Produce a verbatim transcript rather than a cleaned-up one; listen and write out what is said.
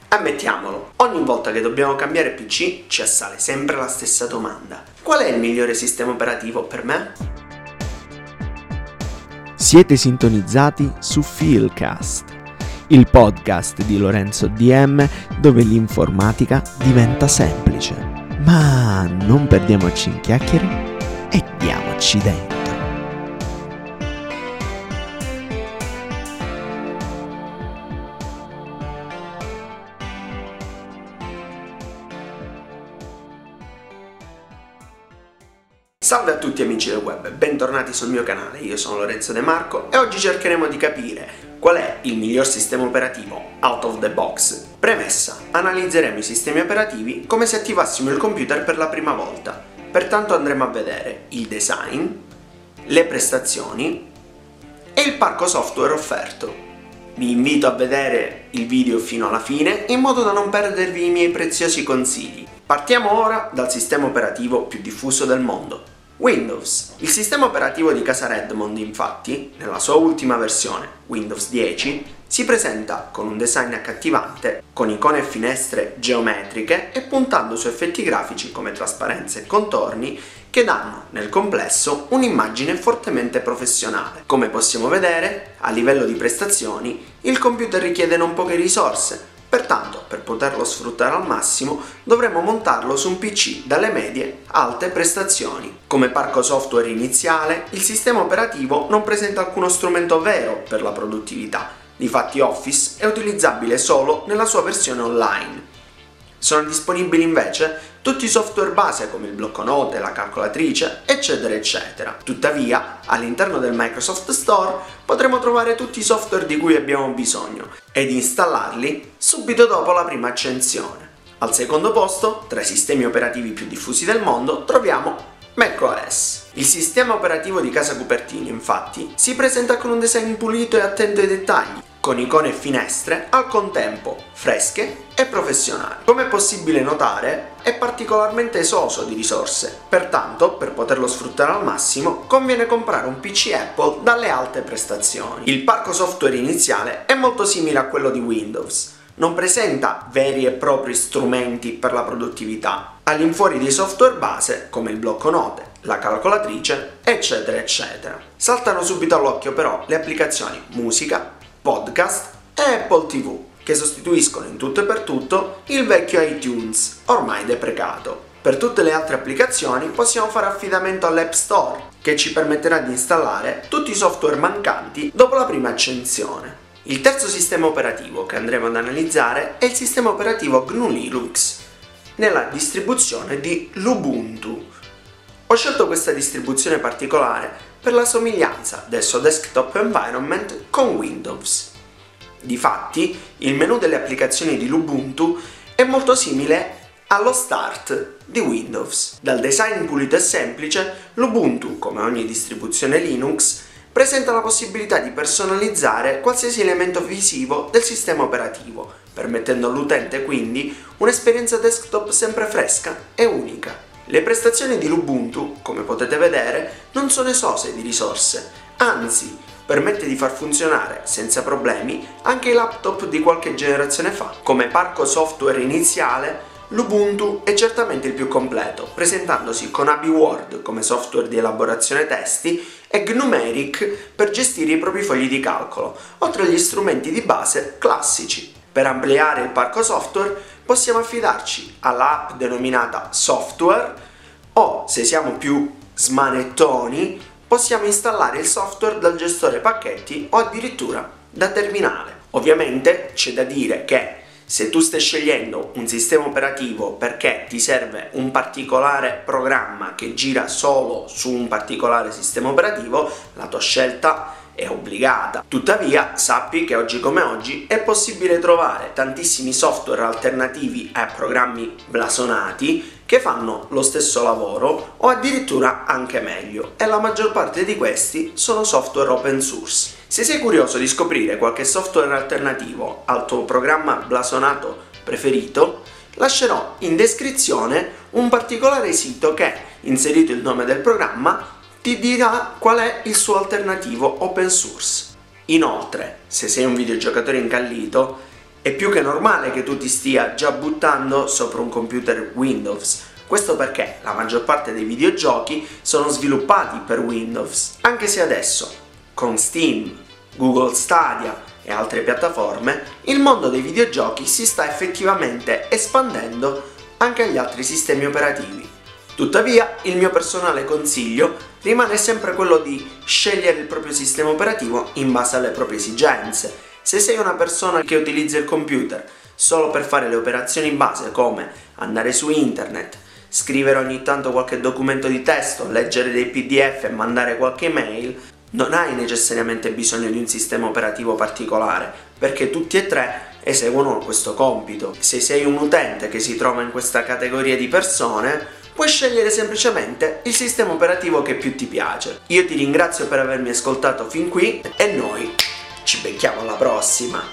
Ammettiamolo, ogni volta che dobbiamo cambiare P C ci assale sempre la stessa domanda. Qual è il migliore sistema operativo per me? Siete sintonizzati su Philcast, il podcast di Lorenzo D M dove l'informatica diventa semplice. Ma non perdiamoci in chiacchiere e diamoci dentro. Salve a tutti amici del web, bentornati sul mio canale, io sono Lorenzo De Marco e oggi cercheremo di capire qual è il miglior sistema operativo out of the box. Premessa, analizzeremo i sistemi operativi come se attivassimo il computer per la prima volta, pertanto andremo a vedere il design, le prestazioni e il parco software offerto. Vi invito a vedere il video fino alla fine in modo da non perdervi i miei preziosi consigli. Partiamo ora dal sistema operativo più diffuso del mondo. Windows. Il sistema operativo di casa Redmond, infatti, nella sua ultima versione, Windows dieci, si presenta con un design accattivante, con icone e finestre geometriche e puntando su effetti grafici come trasparenza e contorni che danno, nel complesso, un'immagine fortemente professionale. Come possiamo vedere, a livello di prestazioni, il computer richiede non poche risorse. Pertanto, per poterlo sfruttare al massimo, dovremo montarlo su un P C dalle medie alte prestazioni. Come parco software iniziale, il sistema operativo non presenta alcuno strumento vero per la produttività. Difatti Office è utilizzabile solo nella sua versione online. Sono disponibili invece tutti i software base come il blocco note, la calcolatrice, eccetera eccetera. Tuttavia, all'interno del Microsoft Store potremo trovare tutti i software di cui abbiamo bisogno ed installarli subito dopo la prima accensione. Al secondo posto, tra i sistemi operativi più diffusi del mondo, troviamo macOS. Il sistema operativo di casa Cupertino, infatti, si presenta con un design pulito e attento ai dettagli, con icone e finestre al contempo fresche e professionali. Come è possibile notare, è particolarmente esoso di risorse, pertanto per poterlo sfruttare al massimo conviene comprare un P C Apple dalle alte prestazioni. Il parco software iniziale è molto simile a quello di Windows, non presenta veri e propri strumenti per la produttività, all'infuori dei software base come il blocco note, la calcolatrice, eccetera eccetera. Saltano subito all'occhio però le applicazioni musica, podcast e Apple ti vu, che sostituiscono in tutto e per tutto il vecchio iTunes, ormai deprecato. Per tutte le altre applicazioni possiamo fare affidamento all'App Store, che ci permetterà di installare tutti i software mancanti dopo la prima accensione. Il terzo sistema operativo che andremo ad analizzare è il sistema operativo G N U Linux, nella distribuzione di Ubuntu. Ho scelto questa distribuzione particolare per la somiglianza del suo desktop environment con Windows. Difatti, il menu delle applicazioni di Ubuntu è molto simile allo Start di Windows. Dal design pulito e semplice, l'Ubuntu, come ogni distribuzione Linux, presenta la possibilità di personalizzare qualsiasi elemento visivo del sistema operativo, permettendo all'utente quindi un'esperienza desktop sempre fresca e unica. Le prestazioni di Ubuntu, come potete vedere, non sono esose di risorse, anzi, permette di far funzionare senza problemi anche i laptop di qualche generazione fa. Come parco software iniziale, l'Ubuntu è certamente il più completo, presentandosi con AbiWord come software di elaborazione testi e Gnumeric per gestire i propri fogli di calcolo, oltre agli strumenti di base classici. Per ampliare il parco software possiamo affidarci all'app denominata Software o, se siamo più smanettoni, possiamo installare il software dal gestore pacchetti o addirittura da terminale. Ovviamente c'è da dire che se tu stai scegliendo un sistema operativo perché ti serve un particolare programma che gira solo su un particolare sistema operativo, la tua scelta è obbligata. Tuttavia, sappi che oggi come oggi è possibile trovare tantissimi software alternativi a programmi blasonati che fanno lo stesso lavoro o addirittura anche meglio, e la maggior parte di questi sono software open source. Se sei curioso di scoprire qualche software alternativo al tuo programma blasonato preferito, lascerò in descrizione un particolare sito che, inserito il nome del programma, ti dirà qual è il suo alternativo open source. Inoltre, se sei un videogiocatore incallito, È più che normale che tu ti stia già buttando sopra un computer Windows. Questo perché la maggior parte dei videogiochi sono sviluppati per Windows, anche se adesso, con Steam, Google Stadia e altre piattaforme, il mondo dei videogiochi si sta effettivamente espandendo anche agli altri sistemi operativi. Tuttavia, il mio personale consiglio rimane sempre quello di scegliere il proprio sistema operativo in base alle proprie esigenze. Se sei una persona che utilizza il computer solo per fare le operazioni base come andare su internet, scrivere ogni tanto qualche documento di testo, leggere dei P D F e mandare qualche mail, non hai necessariamente bisogno di un sistema operativo particolare, perché tutti e tre eseguono questo compito. Se sei un utente che si trova in questa categoria di persone, puoi scegliere semplicemente il sistema operativo che più ti piace. Io ti ringrazio per avermi ascoltato fin qui e noi ci becchiamo alla prossima!